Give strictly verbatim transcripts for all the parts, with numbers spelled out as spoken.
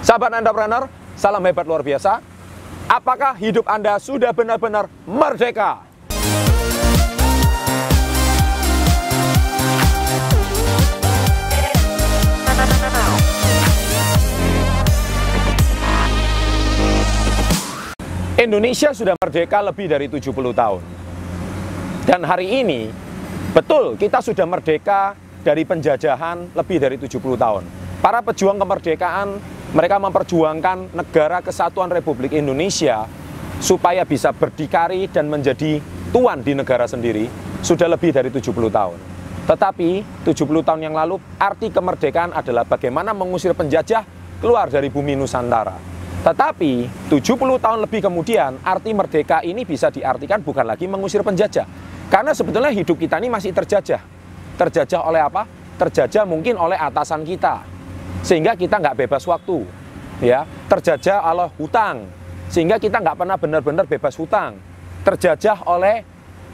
Sahabat entrepreneur, salam hebat luar biasa. Apakah hidup Anda sudah benar-benar merdeka? Indonesia sudah merdeka lebih dari tujuh puluh tahun. Dan hari ini, betul kita sudah merdeka dari penjajahan lebih dari tujuh puluh tahun. Para pejuang kemerdekaan, mereka memperjuangkan negara kesatuan Republik Indonesia supaya bisa berdikari dan menjadi tuan di negara sendiri sudah lebih dari tujuh puluh tahun. Tetapi tujuh puluh tahun yang lalu arti kemerdekaan adalah bagaimana mengusir penjajah keluar dari bumi Nusantara. Tetapi tujuh puluh tahun lebih kemudian arti merdeka ini bisa diartikan bukan lagi mengusir penjajah. Karena sebetulnya hidup kita ini masih terjajah. Terjajah oleh apa? Terjajah mungkin oleh atasan kita, sehingga kita nggak bebas waktu, ya. Terjajah oleh hutang, sehingga kita nggak pernah benar-benar bebas hutang. Terjajah oleh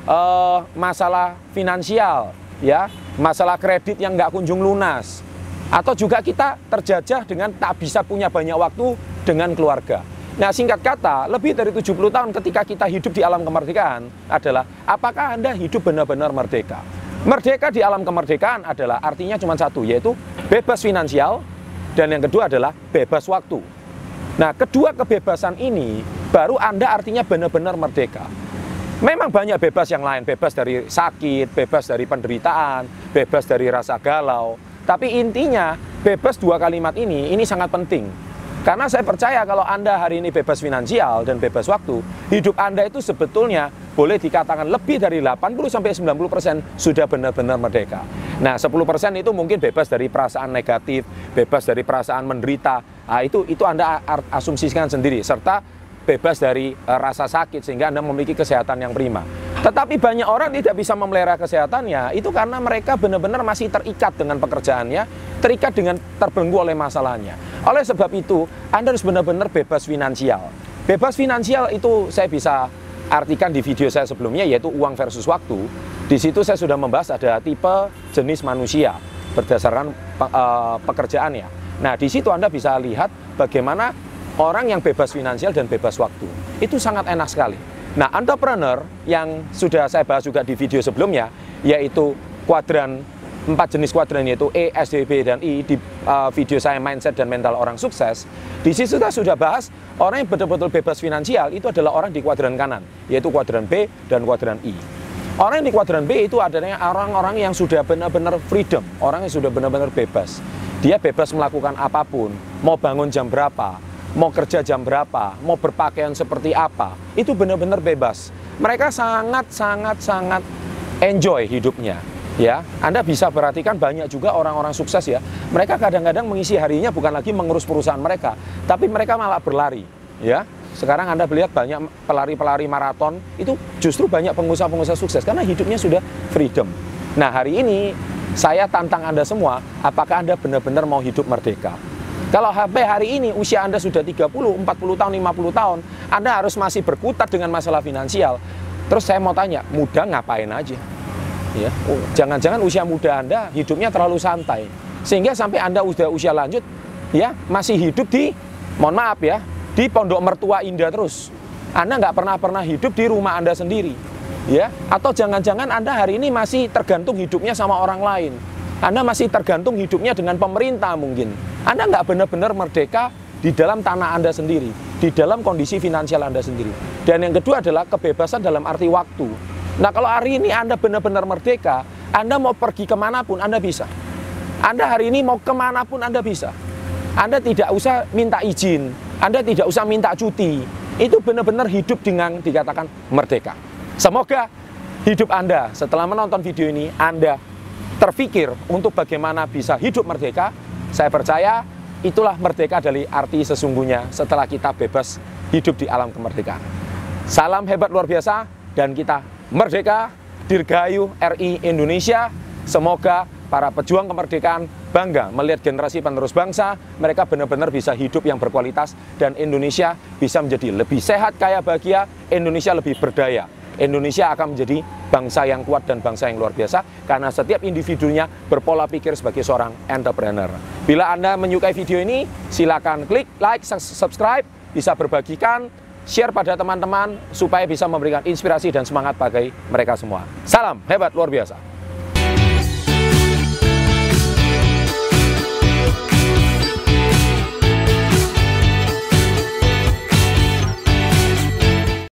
uh, masalah finansial, ya, masalah kredit yang nggak kunjung lunas, atau juga kita terjajah dengan tak bisa punya banyak waktu dengan keluarga. Nah, singkat kata, lebih dari tujuh puluh tahun ketika kita hidup di alam kemerdekaan adalah apakah Anda hidup benar-benar merdeka? Merdeka di alam kemerdekaan adalah artinya cuma satu, yaitu bebas finansial, dan yang kedua adalah bebas waktu. Nah, kedua kebebasan ini baru Anda artinya benar-benar merdeka. Memang banyak bebas yang lain, bebas dari sakit, bebas dari penderitaan, bebas dari rasa galau. Tapi intinya, bebas dua kalimat ini, ini sangat penting. Karena saya percaya kalau Anda hari ini bebas finansial dan bebas waktu, hidup Anda itu sebetulnya boleh dikatakan lebih dari delapan puluh sampai sembilan puluh persen sudah benar-benar merdeka. Nah, sepuluh persen itu mungkin bebas dari perasaan negatif, bebas dari perasaan menderita. Nah, itu itu Anda asumsikan sendiri, serta bebas dari uh, rasa sakit sehingga Anda memiliki kesehatan yang prima. Tetapi banyak orang tidak bisa memelihara kesehatannya itu karena mereka benar-benar masih terikat dengan pekerjaannya, terikat dengan terbelenggu oleh masalahnya. Oleh sebab itu, Anda harus benar-benar bebas finansial. Bebas finansial itu saya bisa artikan di video saya sebelumnya, yaitu uang versus waktu. Di situ saya sudah membahas ada tipe jenis manusia berdasarkan uh, pekerjaannya. Nah, di situ Anda bisa lihat bagaimana orang yang bebas finansial dan bebas waktu. Itu sangat enak sekali. Nah, entrepreneur yang sudah saya bahas juga di video sebelumnya, yaitu kuadran, empat jenis kuadran, yaitu E, S, D, B, dan I, di uh, video saya Mindset dan Mental Orang Sukses. Di situ kita sudah bahas orang yang betul-betul bebas finansial itu adalah orang di kuadran kanan, yaitu kuadran B dan kuadran I. Orang yang di kuadran B itu adalah orang-orang yang sudah benar-benar freedom, orang yang sudah benar-benar bebas. Dia bebas melakukan apapun, mau bangun jam berapa, mau kerja jam berapa, mau berpakaian seperti apa, itu benar-benar bebas. Mereka sangat-sangat-sangat enjoy hidupnya. Ya, Anda bisa perhatikan banyak juga orang-orang sukses ya. Mereka kadang-kadang mengisi harinya bukan lagi mengurus perusahaan mereka, tapi mereka malah berlari. Ya, sekarang Anda melihat banyak pelari-pelari maraton itu justru banyak pengusaha-pengusaha sukses karena hidupnya sudah freedom. Nah, hari ini saya tantang Anda semua, apakah Anda benar-benar mau hidup merdeka? Kalau sampai hari ini usia Anda sudah tiga puluh, empat puluh tahun, lima puluh tahun, Anda harus masih berkutat dengan masalah finansial. Terus saya mau tanya, muda ngapain aja? Ya, jangan-jangan usia muda Anda hidupnya terlalu santai. Sehingga sampai Anda udah usia lanjut, ya masih hidup di, mohon maaf ya, di pondok mertua indah terus. Anda nggak pernah-pernah hidup di rumah Anda sendiri. Ya, atau jangan-jangan Anda hari ini masih tergantung hidupnya sama orang lain. Anda masih tergantung hidupnya dengan pemerintah mungkin. Anda nggak benar-benar merdeka di dalam tanah Anda sendiri, di dalam kondisi finansial Anda sendiri. Dan yang kedua adalah kebebasan dalam arti waktu. Nah, kalau hari ini Anda benar-benar merdeka, Anda mau pergi kemanapun Anda bisa. Anda hari ini mau kemanapun Anda bisa. Anda tidak usah minta izin, Anda tidak usah minta cuti. Itu benar-benar hidup dengan dikatakan merdeka. Semoga hidup Anda setelah menonton video ini, Anda terpikir untuk bagaimana bisa hidup merdeka. Saya percaya itulah merdeka dari arti sesungguhnya setelah kita bebas hidup di alam kemerdekaan. Salam hebat luar biasa dan kita merdeka. Dirgahayu R I Indonesia. Semoga para pejuang kemerdekaan bangga melihat generasi penerus bangsa, mereka benar-benar bisa hidup yang berkualitas dan Indonesia bisa menjadi lebih sehat, kaya, bahagia, Indonesia lebih berdaya, Indonesia akan menjadi bangsa yang kuat dan bangsa yang luar biasa karena setiap individunya berpola pikir sebagai seorang entrepreneur. Bila Anda menyukai video ini, silakan klik like, subscribe, bisa berbagikan, share pada teman-teman supaya bisa memberikan inspirasi dan semangat bagi mereka semua. Salam hebat luar biasa.